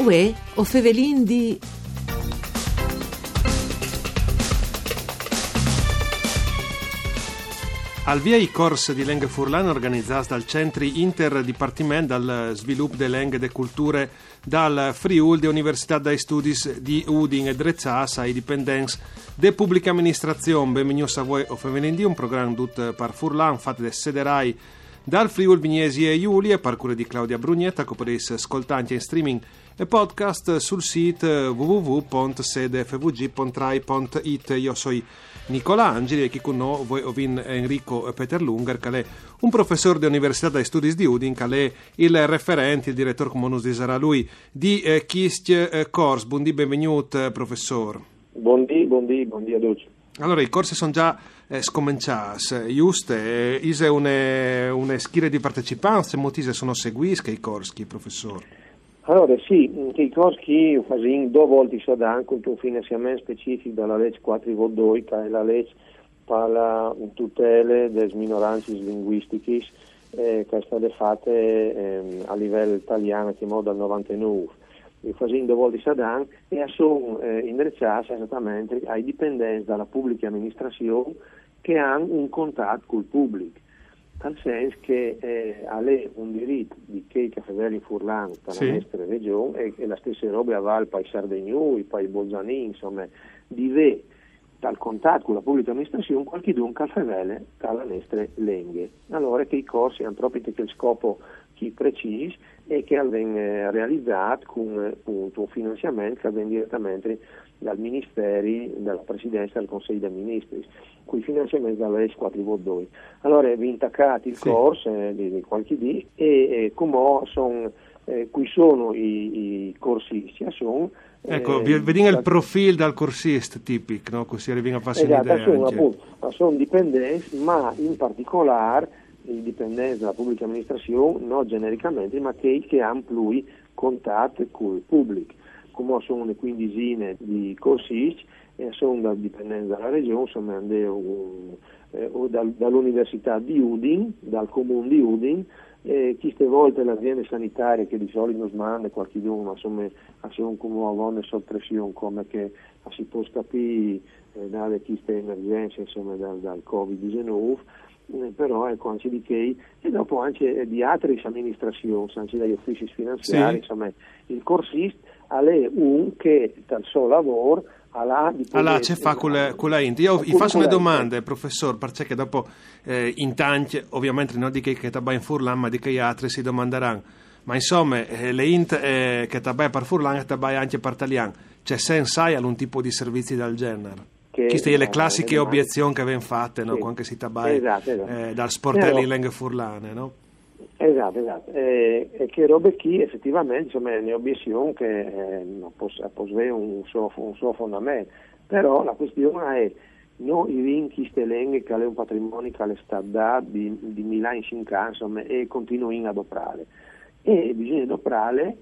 Uè, o fevelin di... Al via i corsi di lingue furlane organizzati dal Centri Interdipartiment dal Sviluppo delle Lingue e delle Culture dal Friul de Università dai Studi di Udin e Drezzas ai dipendenti de Pubblica Amministrazione. Benvenuti a voi o fevelin, un programma tutto per furlan fatto da Sederai dal Friul Vignesi e Giulia, per cura di Claudia Brugnetta, che potete ascoltare in streaming e podcast sul sito www.sedefvg.rai.it. Io sono Nicola Angeli e chi con noi voi ovin Enrico Peter Lunger, che è un professore dell'Università dai Studi di Udin, che è il referente, il direttore, come non si sarà lui, di Chist Kors. Buondì, benvenuto professor. Buondì a tutti. Allora, i corsi sono già scominciati, giusto? Ise una schiera di partecipanti, molti sono seguiti i corsi, professor? Allora sì, i corsi fanno 2 volte anche un finanziamento specifico dalla legge 4.2, che è la legge per la tutela delle minoranze linguistiche, che è stata fatta a livello italiano che dal 99. Facendo 2 volte all'anno e sono indirizzati esattamente ai dipendenti dalla pubblica amministrazione che hanno un contatto col pubblico, nel senso che ha un diritto di che Caffevelli Furlan per la nostra regione e la stessa roba a Val, per i Sardegnui, per i Bolzani, insomma, di ve dal contatto con la pubblica amministrazione qualche dunque Caffevelli dalla nostra lingue. Allora che i corsi hanno proprio che il scopo preciso e che vengono realizzati con appunto un finanziamento che viene direttamente dal Ministero, dalla Presidenza del Consiglio dei Ministri, con i finanziamenti dalla legge 4.2. Allora vi intaccati il corso di qualche dì e come sono qui sono i corsisti sono vediamo il profilo dal corsista tipico, no? Così arriviamo a farsi un'idea. Sono dipendenti, ma in particolare i dipendenti della pubblica amministrazione, non genericamente, ma che hanno più contatto con il pubblico, come sono le quindicine di corsisti e sono dipendenti dalla regione, insomma, dall'Università di Udin, dal Comune di Udin, queste volte le aziende sanitarie che di solito non manda qualcuno, ma insomma sono come avevano sotto pressione, come che si può capire dalle queste emergenze, insomma, dal Covid-19, però ecco anche di che e dopo anche di altre amministrazioni, anche dagli uffici finanziari, insomma il corsista ha un che dal suo lavoro allora c'è fa con la int. Io vi faccio una domanda, professor, perché dopo in tanti ovviamente non di che tabai in Furlan, ma di che altri si domanderanno, ma insomma le int che tabai per Furlan e tabai anche per Italiano, c'è senso un tipo di servizi del genere? Queste le classiche obiezioni che vengono fatte, no? Quando si tabai dal sportello in lingue furlane, no? Esatto. E che robe qui effettivamente insomma le obiezioni che possono un suo fondamento, però la questione è noi in queste lingue che è un patrimonio che è stato dato di Milano in Cinca, insomma, e continua in adoprare e bisogna adoprare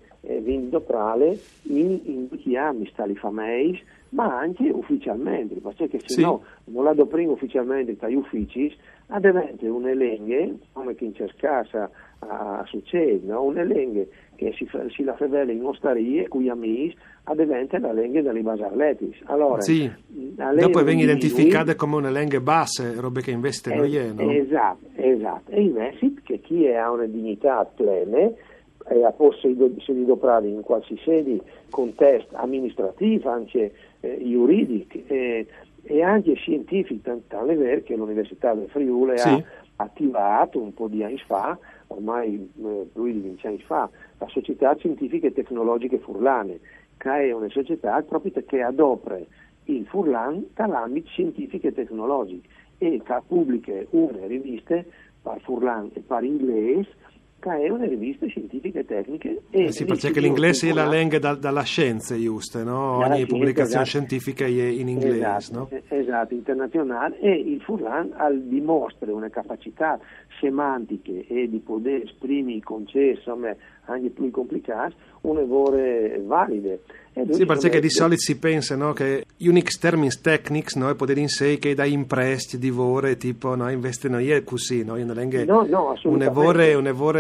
in chi ha stali famei, ma anche ufficialmente, perché se no non la doprimo ufficialmente dagli uffici, diventa un'elenche, come che in cercassa succede, no? Un'elenche che si la fevele in osterie, cui amici, diventa la lenghe delle basarletis. Allora, dopo vengono identificate come una lenghe basse, robe che investe no? Esatto. E invece che chi ha una dignità plena e ha possibilità di doprare in qualsiasi sede, contesto amministrativo, anche giuridico e anche scientifico, tanto è vero che l'Università del Friuli ha attivato un po' di anni fa, ormai più di 20 anni fa, la Società Scientifiche e Tecnologiche Furlane, che è una società proprio che adopera il Furlan dall'ambito scientifico e tecnologico e che pubblica una rivista per Furlan e per inglese, che è una rivista scientifica e tecniche. Perché l'inglese è la lingua dalla scienza, giusto, no? Ogni pubblicazione scientifica è in inglese, no? Esatto, internazionale, e il Furlan dimostra una capacità semantiche e di poter esprimere i concetti, insomma, anche più complicati, una vorre valide. Perché di solito si pensa, no, che unique termins techniques, no, e poter in sé che da impresti di vore tipo no investe no è così, no, una vorre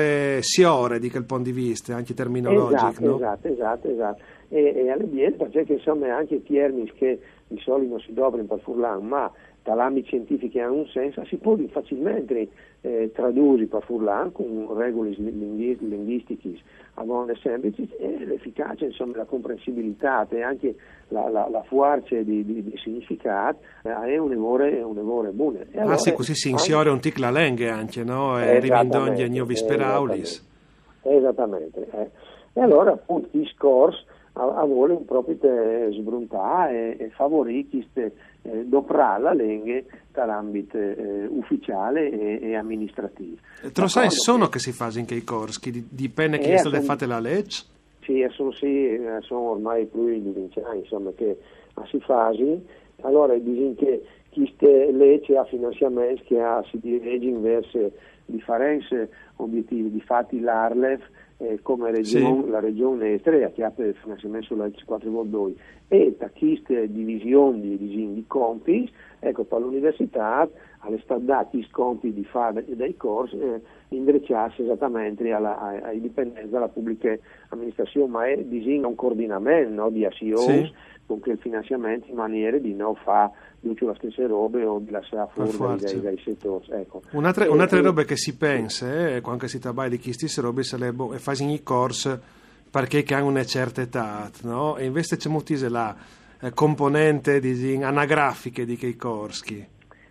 siore di quel punto di vista, anche terminologico, Esatto. E alle biene, perché insomma anche termini che di solito non si dovrebbero per furlan, ma dall'ambito scientifico hanno un senso, si può facilmente tradurre per furlan con regole linguistiche a volte semplici, e l'efficacia, insomma, la comprensibilità e anche la forza di significato è un evore buono. Allora, sì, così si insiore un tic la lingua anche, no? E rivindoglia gnovis per aulis. Esattamente. E allora appunto i scores a vuole un proprio sbruntare e favorire queste doprare la lingua dall'ambito ufficiale e amministrativo. Sai sono che si fa in quei corsi, dipende che è fatta la legge? Sì, sono ormai più di 20 anni, insomma, che si fa. Allora dicono che queste leggi ha finanziamenti che si dirigono verso differenti obiettivi. Difatti l'Arlef come regione, sì. La regione Estrea che ha il finanziamento sulla X4V2 e da queste divisioni di compiti, ecco, per l'università alle stati compiti di fare dei corsi indirizzarsi esattamente ai dipendenti della pubblica amministrazione, ma è un coordinamento, no, di ACOs, sì. Con quel finanziamento in maniera di non fare tutte le stesse robe o di lasciare fuori dai settori. Ecco. Un'altra roba che si pensa, quando si tratta di queste robe, sarebbe fare i corsi perché hanno una certa età, no? E invece c'è molto la componente anagrafiche di quei corsi.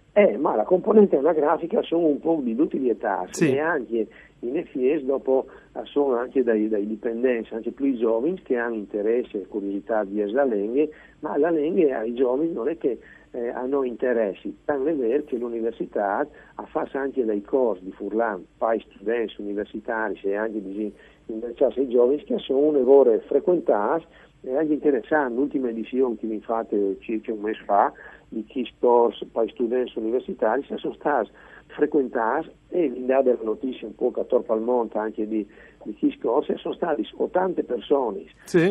Ma la componente anagrafica sono un po' di tutti gli età, sì. E anche in FIES dopo sono anche dai dipendenti, anche più giovani che hanno interesse e curiosità di la lingua, ma la lingua ai giovani non è che hanno interessi, tanto è vero che l'università ha fatto anche dei corsi di furlan, per studenti universitari e anche di interessati ai giovani che sono un'evore frequentati e anche interessanti. L'ultima edizione che mi fate circa un mese fa di Key Stores per studenti universitari sono stati frequentati e l'idea della notizia un po' che attorno al monte anche di Key Stores sono stati 80 persone, sì.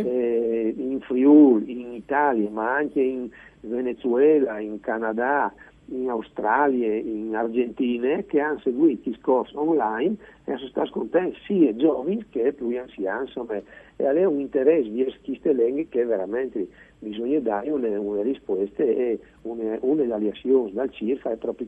In Friuli, in Italia, ma anche in Venezuela, in Canada, in Australia, in Argentina, che hanno seguito i corsi online e sono stati contenti sia giovani che più anziani, insomma, e è un interesse di queste lingue che veramente bisogna dare una risposta e una delle azioni dal CIRFA è proprio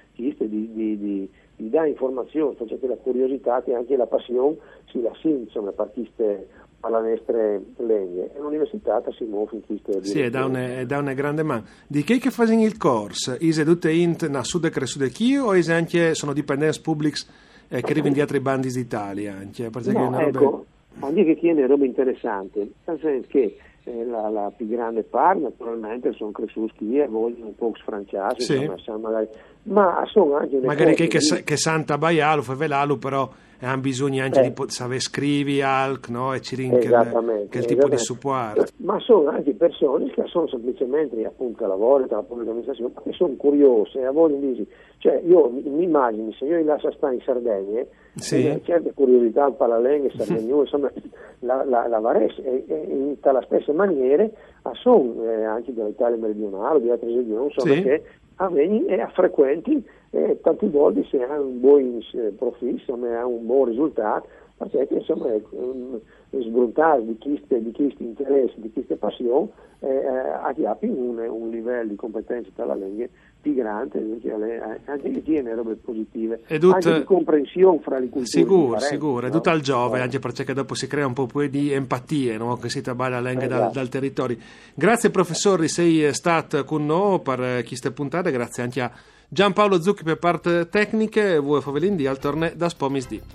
di dare informazioni, perché la curiosità e anche la passione si la insomma, per queste alla nostra lingue e l'università si muove in queste sì, è da una grande mano. Di che fanno il corso? Is tutte na sude cresciute chi o is anche sono dipendenti pubblici che arrivano di altri bandi d'Italia anche? No, ecco, anche che tiene roba interessante, nel senso che la più grande parte naturalmente sono cresciuti e vogliono un po' sfranciarsi, sì. Insomma, ma sono anche magari che Santa Baialo fa velalo, però hanno bisogno anche di sapere scrivere no? E ci che tipo di supporto. Ma sono anche persone che sono semplicemente appunto a lavoro della pubblica amministrazione perché sono curiose e a vogliono dire, cioè io mi immagino se io li lascio stare in Sardegna sì. Certe curiosità per la lingua sardegnone, insomma la varese e in tale stessa maniera sono anche dall'Italia meridionale di altre regioni insomma sì. Che avveni e frequenti tante volte se ha un buon profilo, insomma ha un buon risultato, perché insomma sbruntare di questi interessi, di queste passioni abbi un livello di competenza della lingua più grande, anche che tiene robe positive, anche di comprensione fra le culture. Sicuro, è tutto al giove, anche perché dopo si crea un po' più di empatia, no? Che si tratta la lingua dal territorio. Grazie professore, sei stato con noi per queste puntate, grazie anche a Giampaolo Zucchi per parte tecniche, voi Favelin di al torneo da Spomisdi.